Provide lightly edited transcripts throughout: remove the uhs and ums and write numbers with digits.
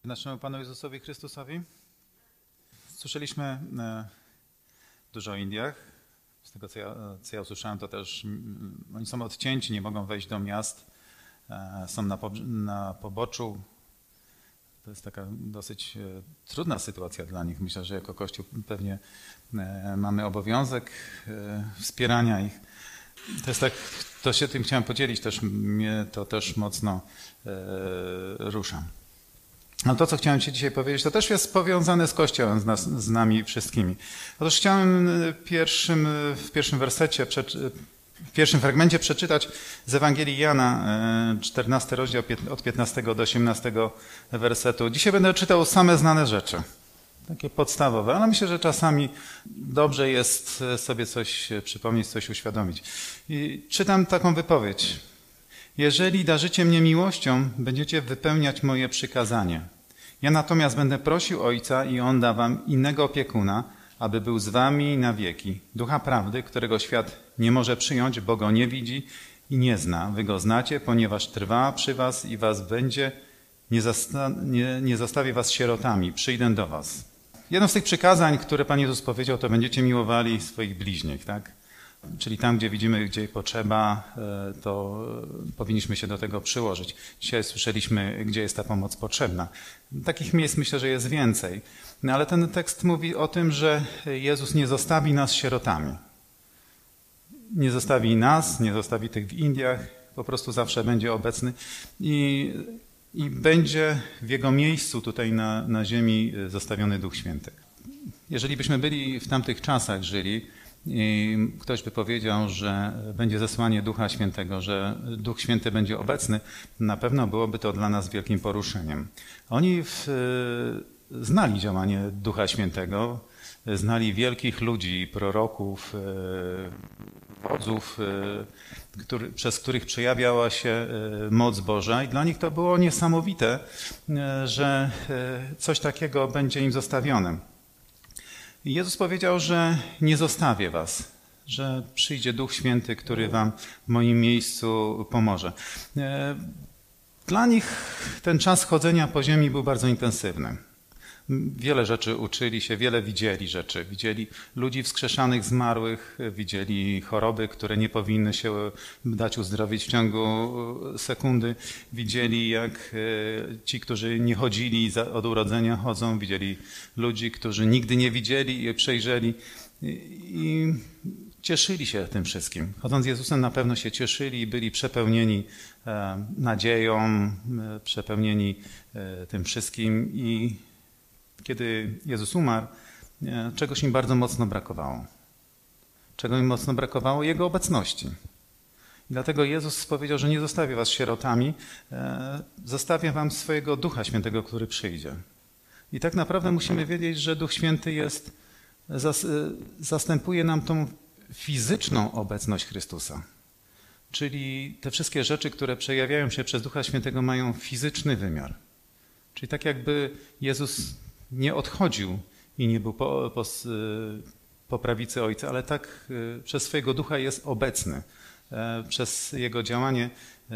Naszemu Panu Jezusowi Chrystusowi. Słyszeliśmy dużo o Indiach. Z tego, co ja usłyszałem, to też oni są odcięci, nie mogą wejść do miast. Są na poboczu. To jest taka dosyć trudna sytuacja dla nich. Myślę, że jako Kościół pewnie mamy obowiązek wspierania ich. To jest tak, to się tym chciałem podzielić, też mnie to też mocno rusza. Ale to, co chciałem Ci dzisiaj powiedzieć, to też jest powiązane z Kościołem, z nami wszystkimi. Otóż chciałem w pierwszym wersecie, w pierwszym fragmencie przeczytać z Ewangelii Jana, 14 rozdział od 15 do 18 wersetu. Dzisiaj będę czytał same znane rzeczy, takie podstawowe, ale myślę, że czasami dobrze jest sobie coś przypomnieć, coś uświadomić. I czytam taką wypowiedź. Jeżeli darzycie mnie miłością, będziecie wypełniać moje przykazanie. Ja natomiast będę prosił Ojca i On da wam innego opiekuna, aby był z wami na wieki. Ducha prawdy, którego świat nie może przyjąć, bo go nie widzi i nie zna. Wy go znacie, ponieważ trwa przy was i was będzie, nie zostawię was sierotami, przyjdę do was. Jedno z tych przykazań, które Pan Jezus powiedział, to będziecie miłowali swoich bliźnich, tak? Czyli tam, gdzie widzimy, gdzie potrzeba, to powinniśmy się do tego przyłożyć. Dzisiaj słyszeliśmy, gdzie jest ta pomoc potrzebna. Takich miejsc myślę, że jest więcej. No ale ten tekst mówi o tym, że Jezus nie zostawi nas sierotami. Nie zostawi nas, nie zostawi tych w Indiach, po prostu zawsze będzie obecny i będzie w Jego miejscu tutaj na ziemi zostawiony Duch Święty. Jeżeli byśmy byli w tamtych czasach, żyli, i ktoś by powiedział, że będzie zesłanie Ducha Świętego, że Duch Święty będzie obecny, na pewno byłoby to dla nas wielkim poruszeniem. Oni znali działanie Ducha Świętego, znali wielkich ludzi, proroków, wodzów, przez których przejawiała się moc Boża i dla nich to było niesamowite, że coś takiego będzie im zostawione. Jezus powiedział, że nie zostawię was, że przyjdzie Duch Święty, który wam w moim miejscu pomoże. Dla nich ten czas chodzenia po ziemi był bardzo intensywny. Wiele rzeczy uczyli się, wiele widzieli rzeczy. Widzieli ludzi wskrzeszanych, zmarłych, widzieli choroby, które nie powinny się dać uzdrowić w ciągu sekundy. Widzieli, jak ci, którzy nie chodzili od urodzenia, chodzą. Widzieli ludzi, którzy nigdy nie widzieli i przejrzeli. I cieszyli się tym wszystkim. Chodząc z Jezusem na pewno się cieszyli i byli przepełnieni nadzieją, przepełnieni tym wszystkim i kiedy Jezus umarł, czegoś im bardzo mocno brakowało. Czego im mocno brakowało? Jego obecności. I dlatego Jezus powiedział, że nie zostawię was sierotami, zostawię wam swojego Ducha Świętego, który przyjdzie. I tak naprawdę musimy wiedzieć, że Duch Święty zastępuje nam tą fizyczną obecność Chrystusa. Czyli te wszystkie rzeczy, które przejawiają się przez Ducha Świętego, mają fizyczny wymiar. Czyli tak jakby Jezus nie odchodził i nie był po prawicy Ojca, ale tak przez swojego Ducha jest obecny. Przez Jego działanie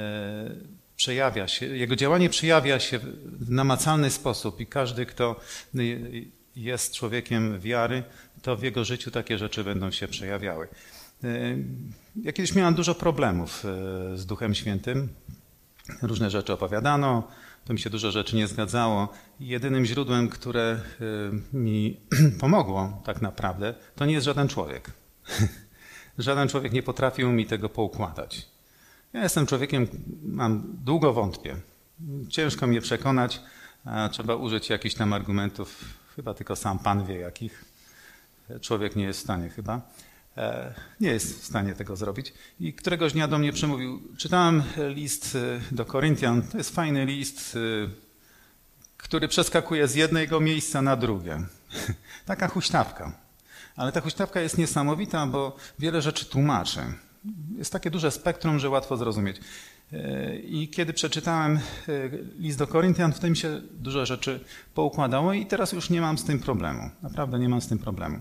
przejawia się w namacalny sposób i każdy, kto jest człowiekiem wiary, to w jego życiu takie rzeczy będą się przejawiały. Ja kiedyś miałem dużo problemów z Duchem Świętym. Różne rzeczy opowiadano, to mi się dużo rzeczy nie zgadzało. Jedynym źródłem, które mi pomogło tak naprawdę, to nie jest żaden człowiek. Żaden człowiek nie potrafił mi tego poukładać. Ja jestem człowiekiem, długo wątpię. Ciężko mnie przekonać, a trzeba użyć jakichś tam argumentów. Chyba tylko sam Pan wie jakich. Człowiek nie jest w stanie chyba. Nie jest w stanie tego zrobić. I któregoś dnia do mnie przemówił. Czytałem list do Koryntian. To jest fajny list, który przeskakuje z jednego miejsca na drugie. Taka huśtawka. Ale ta huśtawka jest niesamowita, bo wiele rzeczy tłumaczy. Jest takie duże spektrum, że łatwo zrozumieć. I kiedy przeczytałem list do Koryntian, wtedy mi się dużo rzeczy poukładało i teraz już nie mam z tym problemu. Naprawdę nie mam z tym problemu.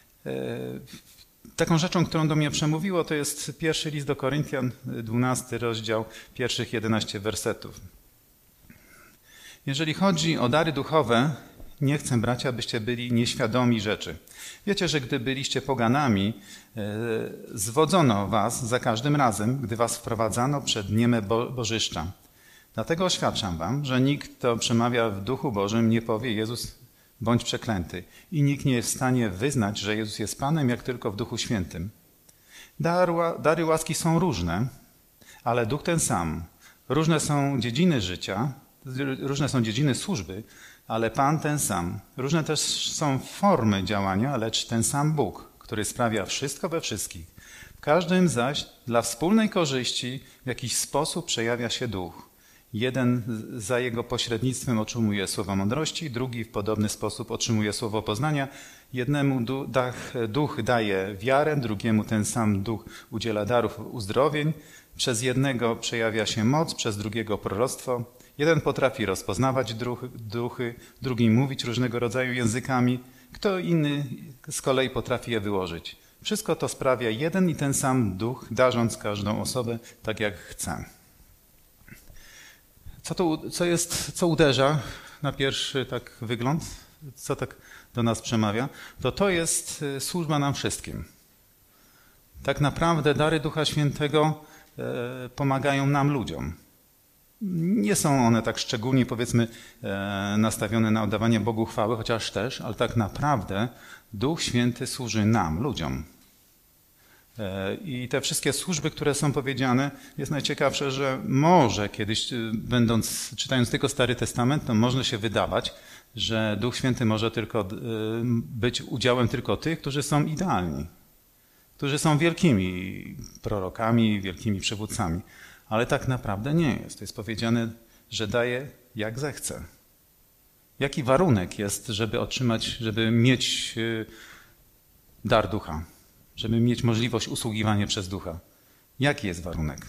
Taką rzeczą, którą do mnie przemówiło, to jest pierwszy list do Koryntian, 12 rozdział, pierwszych 11 wersetów. Jeżeli chodzi o dary duchowe, nie chcę, bracia, byście byli nieświadomi rzeczy. Wiecie, że gdy byliście poganami, zwodzono was za każdym razem, gdy was wprowadzano przed nieme bożyszcza. Dlatego oświadczam wam, że nikt, kto przemawia w Duchu Bożym, nie powie Jezus bądź przeklęty. I nikt nie jest w stanie wyznać, że Jezus jest Panem, jak tylko w Duchu Świętym. Dary łaski są różne, ale Duch ten sam. Różne są dziedziny życia, różne są dziedziny służby, ale Pan ten sam. Różne też są formy działania, lecz ten sam Bóg, który sprawia wszystko we wszystkich. W każdym zaś dla wspólnej korzyści w jakiś sposób przejawia się Duch. Jeden za jego pośrednictwem otrzymuje słowa mądrości, drugi w podobny sposób otrzymuje słowo poznania. Jednemu Duch daje wiarę, drugiemu ten sam Duch udziela darów uzdrowień. Przez jednego przejawia się moc, przez drugiego proroctwo. Jeden potrafi rozpoznawać duchy, drugi mówić różnego rodzaju językami, kto inny z kolei potrafi je wyłożyć. Wszystko to sprawia jeden i ten sam Duch, darząc każdą osobę tak jak chce. Co uderza na pierwszy tak wygląd, co tak do nas przemawia, to jest służba nam wszystkim. Tak naprawdę dary Ducha Świętego pomagają nam, ludziom. Nie są one tak szczególnie, powiedzmy, nastawione na oddawanie Bogu chwały, chociaż też, ale tak naprawdę Duch Święty służy nam, ludziom. I te wszystkie służby, które są powiedziane, jest najciekawsze, że może kiedyś, czytając tylko Stary Testament, to można się wydawać, że Duch Święty może tylko być udziałem tylko tych, którzy są idealni, którzy są wielkimi prorokami, wielkimi przywódcami. Ale tak naprawdę nie jest. To jest powiedziane, że daje jak zechce. Jaki warunek jest, żeby mieć dar Ducha? Żeby mieć możliwość usługiwania przez Ducha. Jaki jest warunek?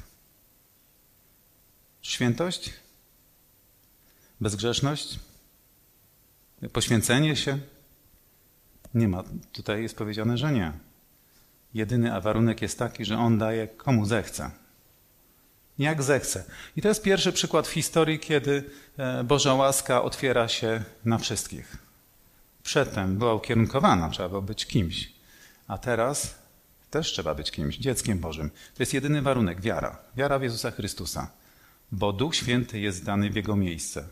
Świętość? Bezgrzeszność? Poświęcenie się? Nie ma. Tutaj jest powiedziane, że nie. Jedyny warunek jest taki, że On daje komu zechce. Jak zechce. I to jest pierwszy przykład w historii, kiedy Boża łaska otwiera się na wszystkich. Przedtem była ukierunkowana, trzeba było być kimś. A teraz też trzeba być kimś, dzieckiem Bożym. To jest jedyny warunek, wiara. Wiara w Jezusa Chrystusa. Bo Duch Święty jest dany w Jego miejsce.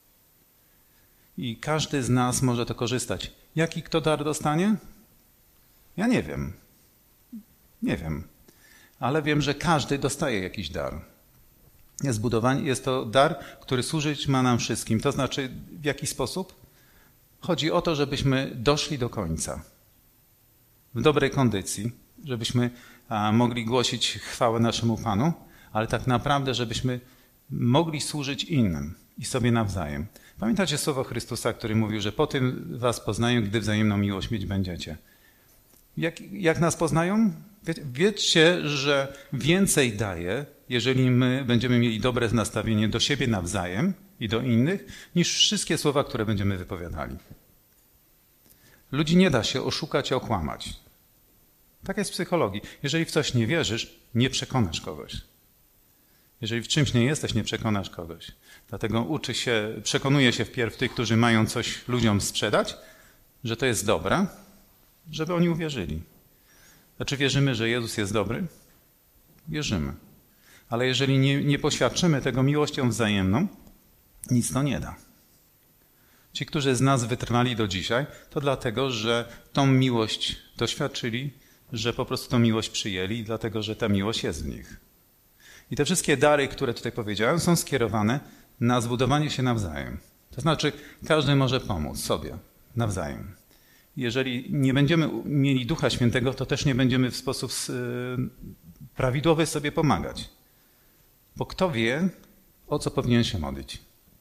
I każdy z nas może to korzystać. Jaki kto dar dostanie? Ja nie wiem. Nie wiem. Ale wiem, że każdy dostaje jakiś dar. Jest to dar, który służyć ma nam wszystkim. To znaczy, w jaki sposób? Chodzi o to, żebyśmy doszli do końca. W dobrej kondycji, żebyśmy mogli głosić chwałę naszemu Panu, ale tak naprawdę, żebyśmy mogli służyć innym i sobie nawzajem. Pamiętacie słowo Chrystusa, który mówił, że po tym was poznają, gdy wzajemną miłość mieć będziecie. Jak nas poznają? Wiecie, że więcej daje, jeżeli my będziemy mieli dobre nastawienie do siebie nawzajem i do innych, niż wszystkie słowa, które będziemy wypowiadali. Ludzi nie da się oszukać i okłamać. Tak jest w psychologii. Jeżeli w coś nie wierzysz, nie przekonasz kogoś. Jeżeli w czymś nie jesteś, nie przekonasz kogoś. Dlatego przekonuje się wpierw tych, którzy mają coś ludziom sprzedać, że to jest dobre, żeby oni uwierzyli. Znaczy wierzymy, że Jezus jest dobry? Wierzymy. Ale jeżeli nie poświadczymy tego miłością wzajemną, nic to nie da. Ci, którzy z nas wytrwali do dzisiaj, to dlatego, że tą miłość doświadczyli, że po prostu tą miłość przyjęli, dlatego, że ta miłość jest w nich. I te wszystkie dary, które tutaj powiedziałem, są skierowane na zbudowanie się nawzajem. To znaczy, każdy może pomóc sobie nawzajem. Jeżeli nie będziemy mieli Ducha Świętego, to też nie będziemy w sposób prawidłowy sobie pomagać. Bo kto wie, o co powinien się modlić?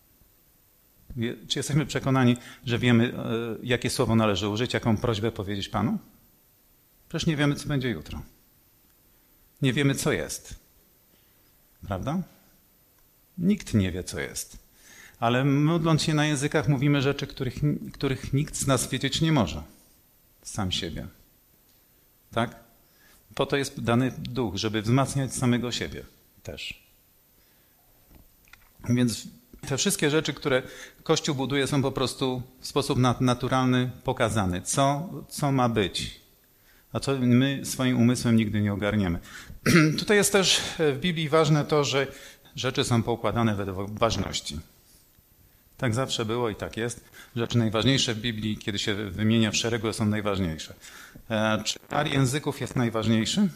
Czy jesteśmy przekonani, że wiemy, jakie słowo należy użyć, jaką prośbę powiedzieć Panu? Przecież nie wiemy, co będzie jutro. Nie wiemy, co jest. Prawda? Nikt nie wie, co jest. Ale modląc się na językach, mówimy rzeczy, których nikt z nas wiedzieć nie może. Sam siebie. Tak? Po to jest dany Duch, żeby wzmacniać samego siebie też. Więc Te wszystkie rzeczy, które Kościół buduje, są po prostu w sposób naturalny pokazane. Co ma być, a co my swoim umysłem nigdy nie ogarniemy. Tutaj jest też w Biblii ważne to, że rzeczy są poukładane według ważności. Tak zawsze było i tak jest. Rzeczy najważniejsze w Biblii, kiedy się wymienia w szeregu, są najważniejsze. Czy dar języków jest najważniejszy?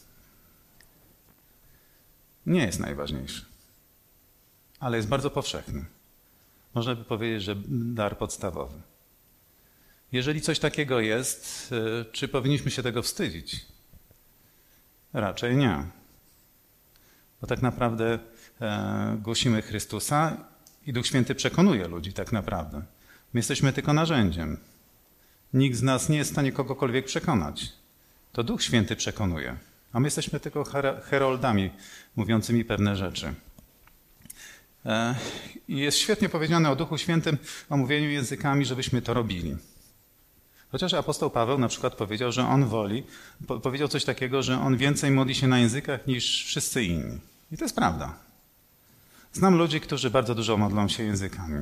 Nie jest najważniejszy, ale jest bardzo powszechny. Można by powiedzieć, że dar podstawowy. Jeżeli coś takiego jest, czy powinniśmy się tego wstydzić? Raczej nie. Bo tak naprawdę głosimy Chrystusa i Duch Święty przekonuje ludzi tak naprawdę. My jesteśmy tylko narzędziem. Nikt z nas nie jest w stanie kogokolwiek przekonać. To Duch Święty przekonuje, a my jesteśmy tylko heroldami mówiącymi pewne rzeczy. I jest świetnie powiedziane o Duchu Świętym, o mówieniu językami, żebyśmy to robili. Chociaż apostoł Paweł na przykład powiedział, że on powiedział coś takiego, że on więcej modli się na językach niż wszyscy inni. I to jest prawda. Znam ludzi, którzy bardzo dużo modlą się językami.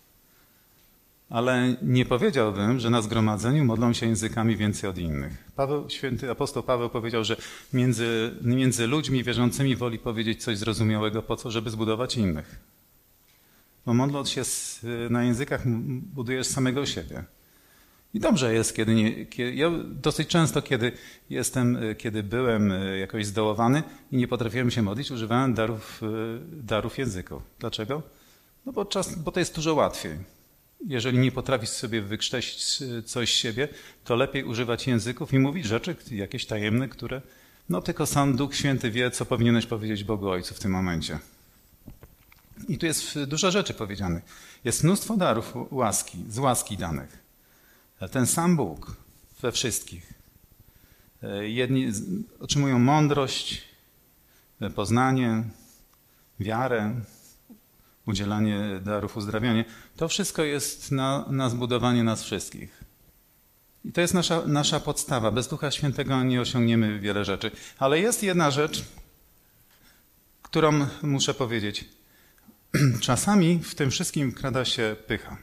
Ale nie powiedziałbym, że na zgromadzeniu modlą się językami więcej od innych. Święty apostoł Paweł powiedział, że między ludźmi wierzącymi woli powiedzieć coś zrozumiałego po co, żeby zbudować innych. Bo modląc się na językach budujesz samego siebie. I dobrze jest, ja dosyć często, kiedy byłem jakoś zdołowany i nie potrafiłem się modlić, używałem darów języków. Dlaczego? No bo to jest dużo łatwiej. Jeżeli nie potrafisz sobie wykrzteść coś z siebie, to lepiej używać języków i mówić rzeczy jakieś tajemne, które tylko sam Duch Święty wie, co powinieneś powiedzieć Bogu Ojcu w tym momencie. I tu jest dużo rzeczy powiedzianych. Jest mnóstwo darów z łaski danych. Ten sam Bóg we wszystkich. Jedni otrzymują mądrość, poznanie, wiarę, udzielanie darów, uzdrawianie. To wszystko jest na zbudowanie nas wszystkich. I to jest nasza podstawa. Bez Ducha Świętego nie osiągniemy wiele rzeczy. Ale jest jedna rzecz, którą muszę powiedzieć. Czasami w tym wszystkim krada się pycha.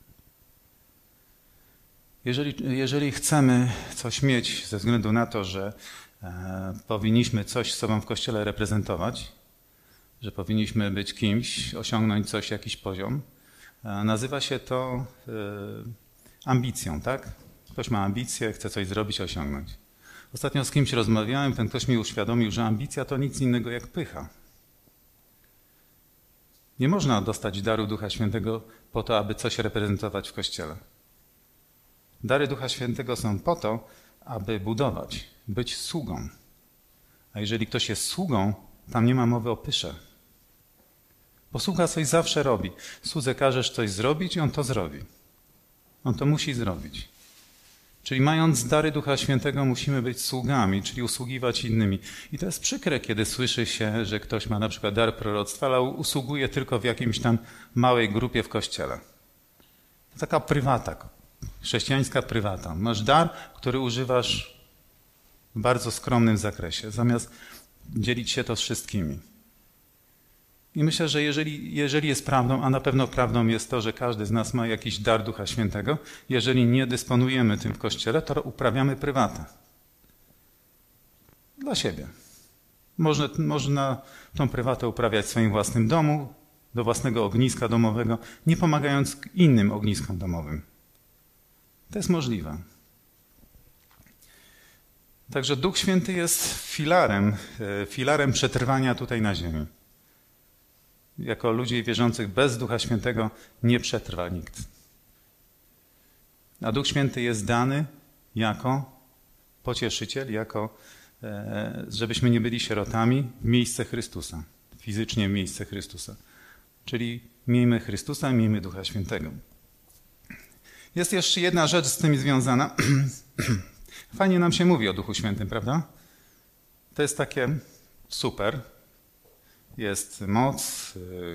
Jeżeli chcemy coś mieć ze względu na to, że powinniśmy coś z sobą w Kościele reprezentować, że powinniśmy być kimś, osiągnąć coś, jakiś poziom, nazywa się to ambicją, tak? Ktoś ma ambicję, chce coś zrobić, osiągnąć. Ostatnio z kimś rozmawiałem, ten ktoś mi uświadomił, że ambicja to nic innego jak pycha. Nie można dostać daru Ducha Świętego po to, aby coś reprezentować w Kościele. Dary Ducha Świętego są po to, aby budować, być sługą. A jeżeli ktoś jest sługą, tam nie ma mowy o pysze. Bo sługa coś zawsze robi. Słudze każesz coś zrobić i on to zrobi. On to musi zrobić. Czyli mając dary Ducha Świętego musimy być sługami, czyli usługiwać innymi. I to jest przykre, kiedy słyszy się, że ktoś ma na przykład dar proroctwa, ale usługuje tylko w jakimś tam małej grupie w Kościele. To taka prywata, chrześcijańska prywata. Masz dar, który używasz w bardzo skromnym zakresie, zamiast dzielić się to z wszystkimi. I myślę, że jeżeli jest prawdą, a na pewno prawdą jest to, że każdy z nas ma jakiś dar Ducha Świętego, jeżeli nie dysponujemy tym w Kościele, to uprawiamy prywatę. Dla siebie. Można tą prywatę uprawiać w swoim własnym domu, do własnego ogniska domowego, nie pomagając innym ogniskom domowym. To jest możliwe. Także Duch Święty jest filarem przetrwania tutaj na ziemi. Jako ludzi wierzących bez Ducha Świętego nie przetrwa nikt. A Duch Święty jest dany jako pocieszyciel, żebyśmy nie byli sierotami w miejsce Chrystusa, fizycznie w miejsce Chrystusa. Czyli miejmy Chrystusa, miejmy Ducha Świętego. Jest jeszcze jedna rzecz z tym związana. Fajnie nam się mówi o Duchu Świętym, prawda? To jest takie super. Jest moc.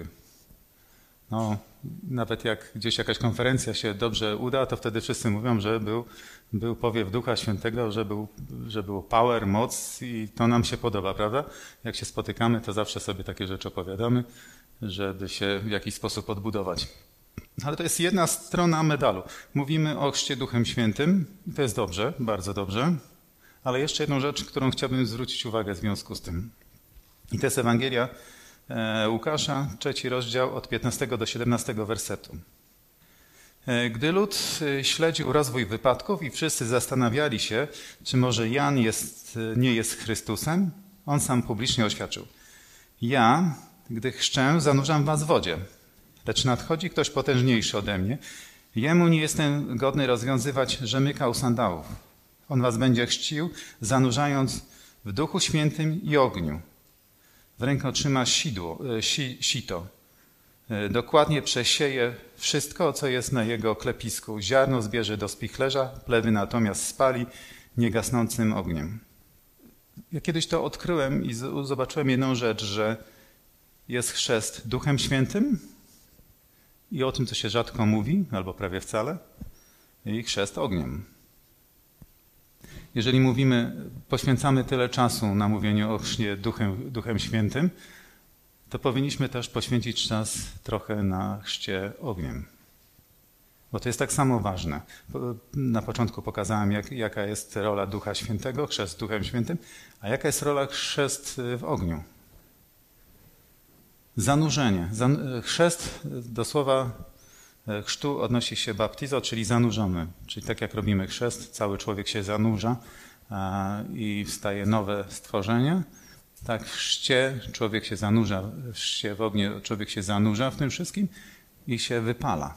Nawet jak gdzieś jakaś konferencja się dobrze uda, to wtedy wszyscy mówią, że był powiew Ducha Świętego, że był power, moc i to nam się podoba, prawda? Jak się spotykamy, to zawsze sobie takie rzeczy opowiadamy. żeby się w jakiś sposób odbudować. Ale to jest jedna strona medalu. Mówimy o chrzcie Duchem Świętym, i to jest dobrze, bardzo dobrze, ale jeszcze jedną rzecz, którą chciałbym zwrócić uwagę w związku z tym. I to jest Ewangelia Łukasza, 3 rozdział od 15 do 17 wersetu. Gdy lud śledził rozwój wypadków i wszyscy zastanawiali się, czy może Jan nie jest Chrystusem, on sam publicznie oświadczył: ja, gdy chrzczę, zanurzam was w wodzie, lecz nadchodzi ktoś potężniejszy ode mnie. Jemu nie jestem godny rozwiązywać rzemyka sandałów. On was będzie chrzcił, zanurzając w Duchu Świętym i ogniu. W rękę trzyma sito. Dokładnie przesieje wszystko, co jest na jego klepisku. Ziarno zbierze do spichlerza, plewy natomiast spali niegasnącym ogniem. Ja kiedyś to odkryłem i zobaczyłem jedną rzecz, że jest chrzest Duchem Świętym i o tym, co się rzadko mówi, albo prawie wcale, i chrzest ogniem. Jeżeli poświęcamy tyle czasu na mówienie o chrzcie Duchem Świętym, to powinniśmy też poświęcić czas trochę na chrzcie ogniem. Bo to jest tak samo ważne. Na początku pokazałem, jaka jest rola Ducha Świętego, chrzest Duchem Świętym, a jaka jest rola chrzest w ogniu. Zanurzenie. Chrzest do słowa chrztu odnosi się baptizo, czyli zanurzony. Czyli tak jak robimy chrzest, cały człowiek się zanurza i wstaje nowe stworzenie. Tak w chrzcie człowiek się zanurza, w chrzcie w ogniu człowiek się zanurza w tym wszystkim i się wypala.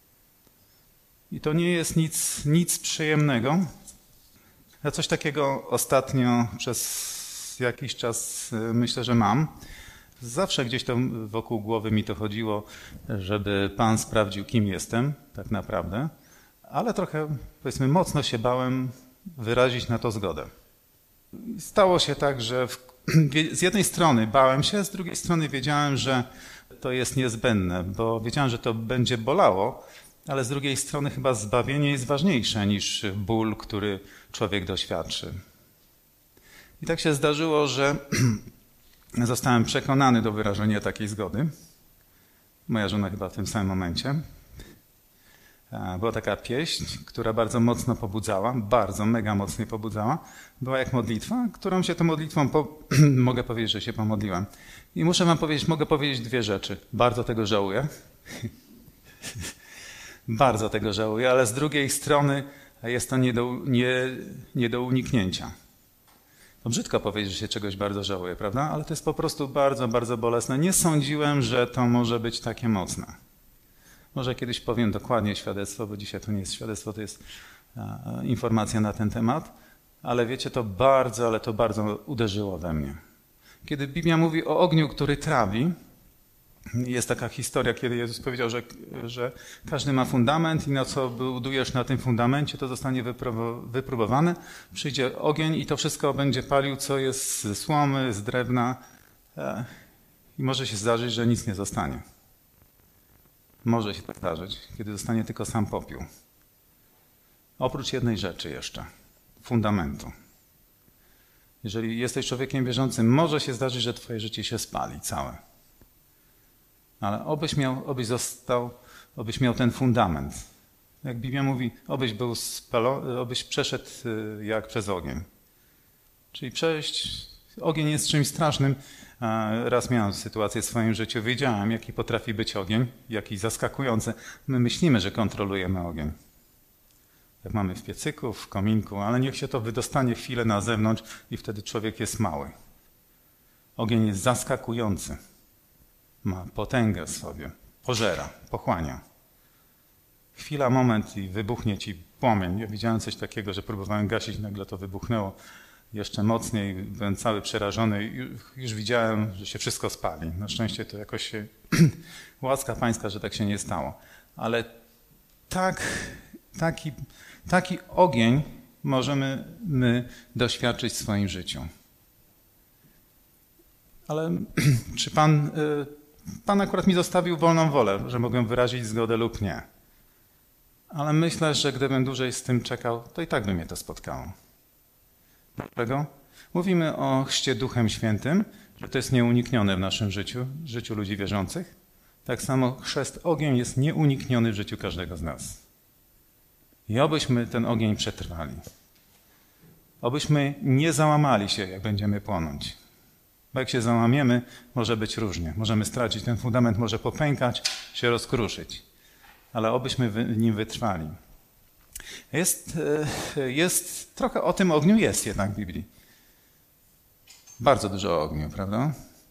I to nie jest nic przyjemnego. Ja coś takiego ostatnio przez jakiś czas myślę, że mam. Zawsze gdzieś tam wokół głowy mi to chodziło, żeby Pan sprawdził, kim jestem tak naprawdę, ale trochę, powiedzmy, mocno się bałem wyrazić na to zgodę. Stało się tak, że z jednej strony bałem się, z drugiej strony wiedziałem, że to jest niezbędne, bo wiedziałem, że to będzie bolało, ale z drugiej strony chyba zbawienie jest ważniejsze niż ból, który człowiek doświadczy. I tak się zdarzyło, że zostałem przekonany do wyrażenia takiej zgody. Moja żona chyba w tym samym momencie. Była taka pieśń, która bardzo mocno pobudzała, mega mocno pobudzała. Była jak modlitwa, którą się tą modlitwą, mogę powiedzieć, że się pomodliłem. I muszę wam powiedzieć, mogę powiedzieć dwie rzeczy. Bardzo tego żałuję. Bardzo tego żałuję, ale z drugiej strony jest to nie do uniknięcia. To brzydko powiedzieć, że się czegoś bardzo żałuję, prawda? Ale to jest po prostu bardzo, bardzo bolesne. Nie sądziłem, że to może być takie mocne. Może kiedyś powiem dokładnie świadectwo, bo dzisiaj to nie jest świadectwo, to jest informacja na ten temat. Ale wiecie, to bardzo uderzyło we mnie. Kiedy Biblia mówi o ogniu, który trawi, jest taka historia, kiedy Jezus powiedział, że każdy ma fundament i na co budujesz na tym fundamencie, to zostanie wypróbowane. Przyjdzie ogień i to wszystko będzie palił, co jest z słomy, z drewna i może się zdarzyć, że nic nie zostanie. Może się tak zdarzyć, kiedy zostanie tylko sam popiół. Oprócz jednej rzeczy jeszcze, fundamentu. Jeżeli jesteś człowiekiem wierzącym, może się zdarzyć, że twoje życie się spali całe. Ale obyś miał ten fundament. Jak Biblia mówi, obyś przeszedł jak przez ogień. Czyli ogień jest czymś strasznym. Raz miałem sytuację w swoim życiu, wiedziałem, jaki potrafi być ogień, jaki zaskakujący. My myślimy, że kontrolujemy ogień. Jak mamy w piecyku, w kominku, ale niech się to wydostanie chwilę na zewnątrz i wtedy człowiek jest mały. Ogień jest zaskakujący. Ma potęgę w sobie, pożera, pochłania. Chwila, moment i wybuchnie ci płomień. Ja widziałem coś takiego, że próbowałem gasić, nagle to wybuchnęło jeszcze mocniej, byłem cały przerażony i już widziałem, że się wszystko spali. Na szczęście to jakoś się łaska pańska, że tak się nie stało. Ale taki ogień możemy my doświadczyć w swoim życiu. Ale czy Pan akurat mi zostawił wolną wolę, że mogę wyrazić zgodę lub nie. Ale myślę, że gdybym dłużej z tym czekał, to i tak by mnie to spotkało. Dlaczego? Mówimy o chrzcie Duchem Świętym że to jest nieuniknione w naszym życiu ludzi wierzących. Tak samo chrzest ogień jest nieunikniony w życiu każdego z nas. I obyśmy ten ogień przetrwali. Obyśmy nie załamali się, jak będziemy płonąć. Bo jak się załamiemy, może być różnie. Możemy stracić ten fundament, może popękać, się rozkruszyć. Ale obyśmy w nim wytrwali. Jest trochę o tym ogniu jest jednak w Biblii. Bardzo dużo o ogniu, prawda?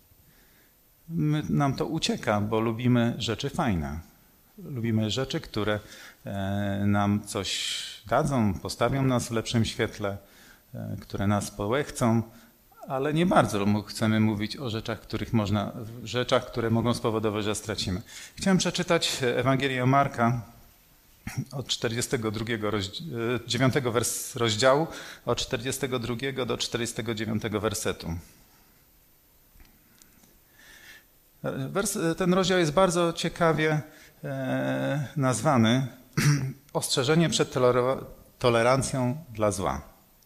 Nam to ucieka, bo lubimy rzeczy fajne. Lubimy rzeczy, które nam coś dadzą, postawią nas w lepszym świetle, które nas połechcą, ale nie bardzo chcemy mówić o rzeczach, które mogą spowodować, że stracimy. Chciałem przeczytać Ewangelię Marka od 9 rozdziału, od 42 do 49 wersetu. Ten rozdział jest bardzo ciekawie nazwany ostrzeżenie przed tolerancją dla zła.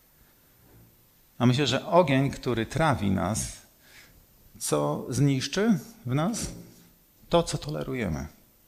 A myślę, że ogień, który trawi nas, co zniszczy w nas? To, co tolerujemy.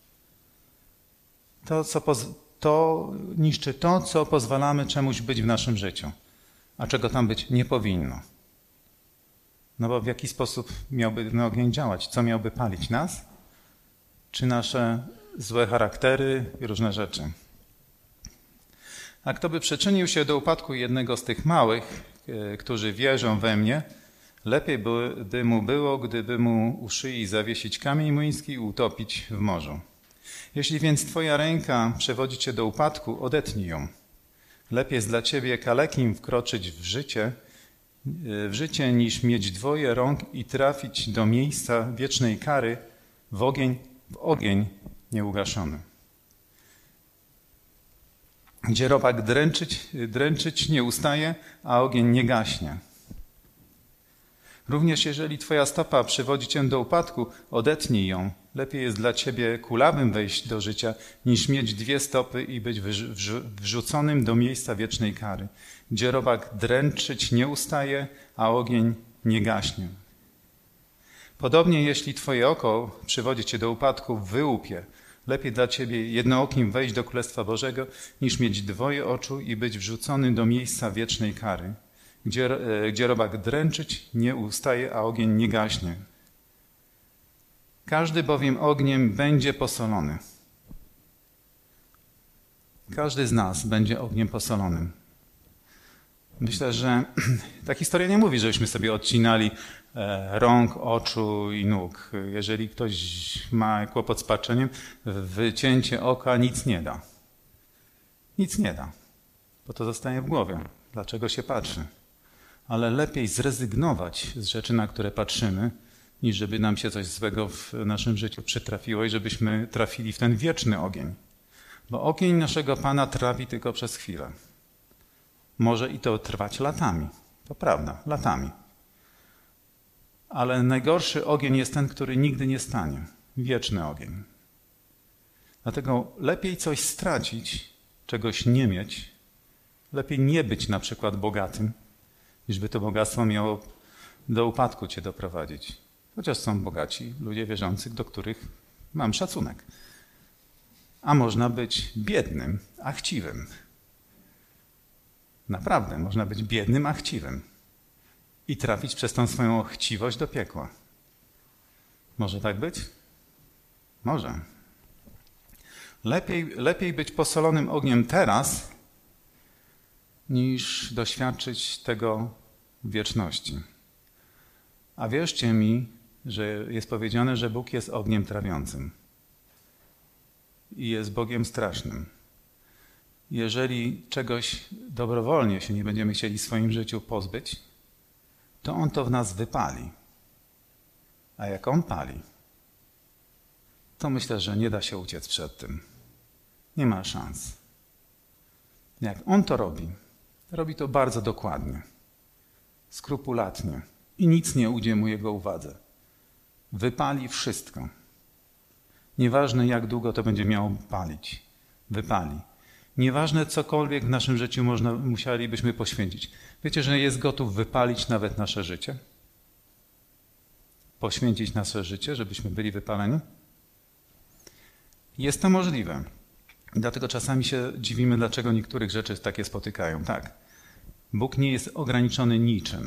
To niszczy to, co pozwalamy czemuś być w naszym życiu, a czego tam być nie powinno. No bo w jaki sposób miałby ten ogień działać? Co miałby palić nas? Czy nasze złe charaktery i różne rzeczy? A kto by przyczynił się do upadku jednego z tych małych, którzy wierzą we mnie, lepiej by mu było, gdyby mu u szyi zawiesić kamień młyński i utopić w morzu. Jeśli więc twoja ręka przewodzi cię do upadku, odetnij ją. Lepiej jest dla ciebie kalekim wkroczyć w życie, niż mieć dwoje rąk i trafić do miejsca wiecznej kary w ogień nieugaszony. Gdzie robak dręczyć nie ustaje, a ogień nie gaśnie. Również jeżeli twoja stopa przywodzi cię do upadku, odetnij ją. Lepiej jest dla ciebie kulawym wejść do życia, niż mieć dwie stopy i być wrzuconym do miejsca wiecznej kary, gdzie robak dręczyć nie ustaje, a ogień nie gaśnie. Podobnie jeśli twoje oko przywodzi cię do upadku, wyłup je. Lepiej dla ciebie jednookim wejść do Królestwa Bożego, niż mieć dwoje oczu i być wrzucony do miejsca wiecznej kary, gdzie robak dręczyć nie ustaje, a ogień nie gaśnie. Każdy bowiem ogniem będzie posolony. Każdy z nas będzie ogniem posolonym. Myślę, że ta historia nie mówi, żebyśmy sobie odcinali rąk, oczu i nóg. Jeżeli ktoś ma kłopot z patrzeniem, wycięcie oka nic nie da. Nic nie da, bo to zostaje w głowie. Dlaczego się patrzy? Ale lepiej zrezygnować z rzeczy, na które patrzymy, niż żeby nam się coś złego w naszym życiu przytrafiło i żebyśmy trafili w ten wieczny ogień. Bo ogień naszego Pana trawi tylko przez chwilę. Może i to trwać latami. To prawda, latami. Ale najgorszy ogień jest ten, który nigdy nie stanie. Wieczny ogień. Dlatego lepiej coś stracić, czegoś nie mieć. Lepiej nie być na przykład bogatym, niż by to bogactwo miało do upadku cię doprowadzić. Chociaż są bogaci ludzie wierzący, do których mam szacunek. A można być biednym, a chciwym. Naprawdę, można być biednym, a chciwym. I trafić przez tą swoją chciwość do piekła. Może tak być? Może. Lepiej być posolonym ogniem teraz, niż doświadczyć tego w wieczności. A wierzcie mi, że jest powiedziane, że Bóg jest ogniem trawiącym. I jest Bogiem strasznym. Jeżeli czegoś dobrowolnie się nie będziemy chcieli w swoim życiu pozbyć, to On to w nas wypali. A jak On pali, to myślę, że nie da się uciec przed tym. Nie ma szans. Jak On to robi to bardzo dokładnie, skrupulatnie i nic nie ujdzie mu Jego uwadze. Wypali wszystko. Nieważne, jak długo to będzie miało palić. Wypali. Nieważne, cokolwiek w naszym życiu musielibyśmy poświęcić. Wiecie, że jest gotów wypalić nawet nasze życie? poświęcić nasze życie, żebyśmy byli wypaleni? Jest to możliwe. Dlatego czasami się dziwimy, dlaczego niektórych rzeczy takie spotykają. Tak, Bóg nie jest ograniczony niczym.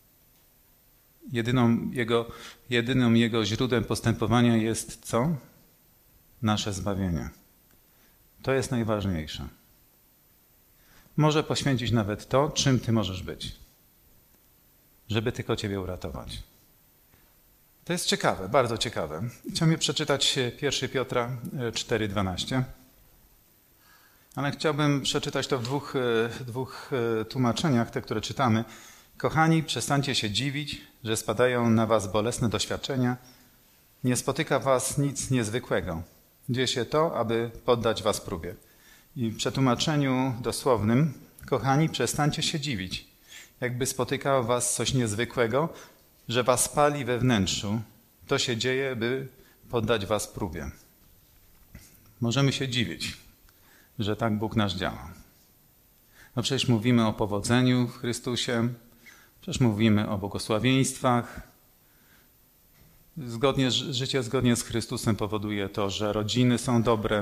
Jedynym Jego źródłem postępowania jest co? Nasze zbawienie. To jest najważniejsze. Może poświęcić nawet to, czym Ty możesz być, żeby tylko Ciebie uratować. To jest ciekawe, bardzo ciekawe. Chciałbym przeczytać 1 Piotra 4,12. Ale chciałbym przeczytać to w dwóch tłumaczeniach, te, które czytamy. Kochani, przestańcie się dziwić, że spadają na was bolesne doświadczenia. Nie spotyka was nic niezwykłego. Dzieje się to, aby poddać was próbie. I w przetłumaczeniu dosłownym, kochani, przestańcie się dziwić, jakby spotykało was coś niezwykłego, że was pali we wnętrzu. To się dzieje, by poddać was próbie. Możemy się dziwić, że tak Bóg nasz działa. No przecież mówimy o powodzeniu w Chrystusie, przecież mówimy o błogosławieństwach. Życie zgodnie z Chrystusem powoduje to, że rodziny są dobre,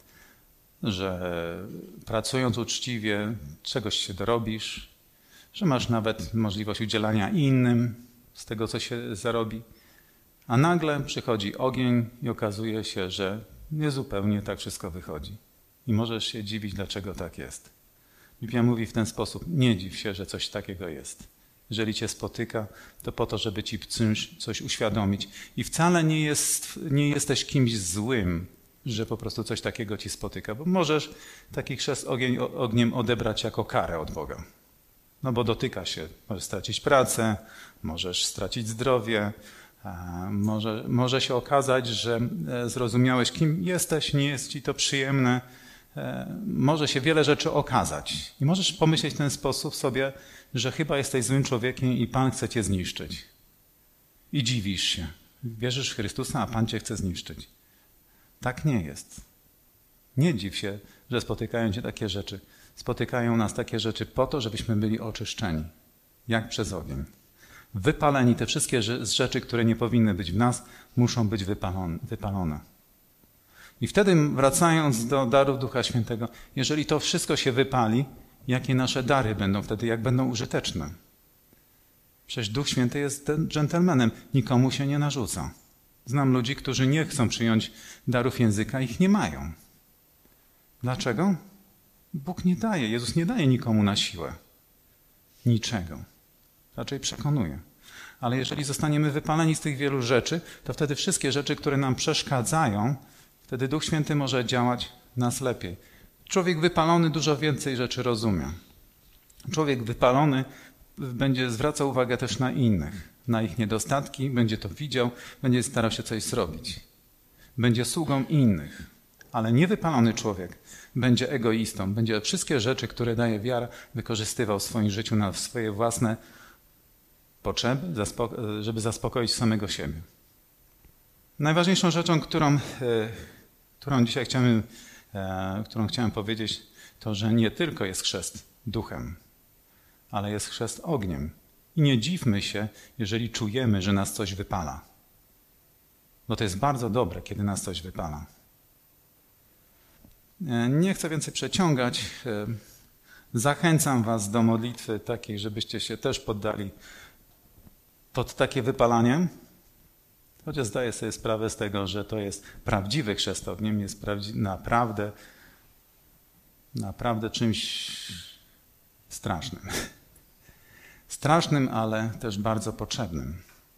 że pracując uczciwie czegoś się dorobisz, że masz nawet możliwość udzielania innym z tego, co się zarobi. A nagle przychodzi ogień i okazuje się, że niezupełnie tak wszystko wychodzi. I możesz się dziwić, dlaczego tak jest. Biblia mówi w ten sposób, nie dziw się, że coś takiego jest. Jeżeli cię spotyka, to po to, żeby ci coś uświadomić. I wcale nie jesteś kimś złym, że po prostu coś takiego ci spotyka, bo możesz taki chrzest ogniem odebrać jako karę od Boga. No bo dotyka się, możesz stracić pracę, możesz stracić zdrowie, może się okazać, że zrozumiałeś, kim jesteś, nie jest ci to przyjemne, może się wiele rzeczy okazać. I możesz pomyśleć w ten sposób sobie, że chyba jesteś złym człowiekiem i Pan chce cię zniszczyć. I dziwisz się. Wierzysz w Chrystusa, a Pan cię chce zniszczyć. Tak nie jest. Nie dziw się, że spotykają cię takie rzeczy. Spotykają nas takie rzeczy po to, żebyśmy byli oczyszczeni. Jak przez ogień. Wypaleni, te wszystkie rzeczy, które nie powinny być w nas, muszą być wypalone. I wtedy, wracając do darów Ducha Świętego, jeżeli to wszystko się wypali, jakie nasze dary będą wtedy, jak będą użyteczne? Przecież Duch Święty jest dżentelmenem, nikomu się nie narzuca. Znam ludzi, którzy nie chcą przyjąć darów języka, ich nie mają. Dlaczego? Bóg nie daje, Jezus nie daje nikomu na siłę. Niczego. Raczej przekonuje. Ale jeżeli zostaniemy wypaleni z tych wielu rzeczy, to wtedy wszystkie rzeczy, które nam przeszkadzają, wtedy Duch Święty może działać w nas lepiej. Człowiek wypalony dużo więcej rzeczy rozumie. Człowiek wypalony będzie zwracał uwagę też na innych, na ich niedostatki, będzie to widział, będzie starał się coś zrobić. Będzie sługą innych. Ale niewypalony człowiek będzie egoistą, będzie wszystkie rzeczy, które daje wiara, wykorzystywał w swoim życiu na swoje własne potrzeby, żeby zaspokoić samego siebie. Najważniejszą rzeczą, którą dzisiaj chciałem powiedzieć, to, że nie tylko jest chrzest duchem, ale jest chrzest ogniem. I nie dziwmy się, jeżeli czujemy, że nas coś wypala. Bo to jest bardzo dobre, kiedy nas coś wypala. Nie chcę więcej przeciągać. Zachęcam was do modlitwy takiej, żebyście się też poddali pod takie wypalanie. Chociaż zdaję sobie sprawę z tego, że to jest prawdziwy chrzest ogniem, jest naprawdę czymś strasznym. Strasznym, ale też bardzo potrzebnym.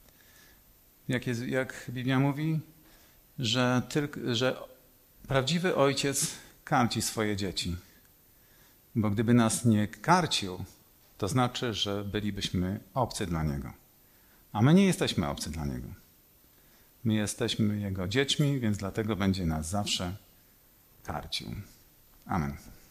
Jak Biblia mówi, że prawdziwy ojciec karci swoje dzieci. Bo gdyby nas nie karcił, to znaczy, że bylibyśmy obcy dla Niego. A my nie jesteśmy obcy dla Niego. My jesteśmy Jego dziećmi, więc dlatego będzie nas zawsze karcił. Amen.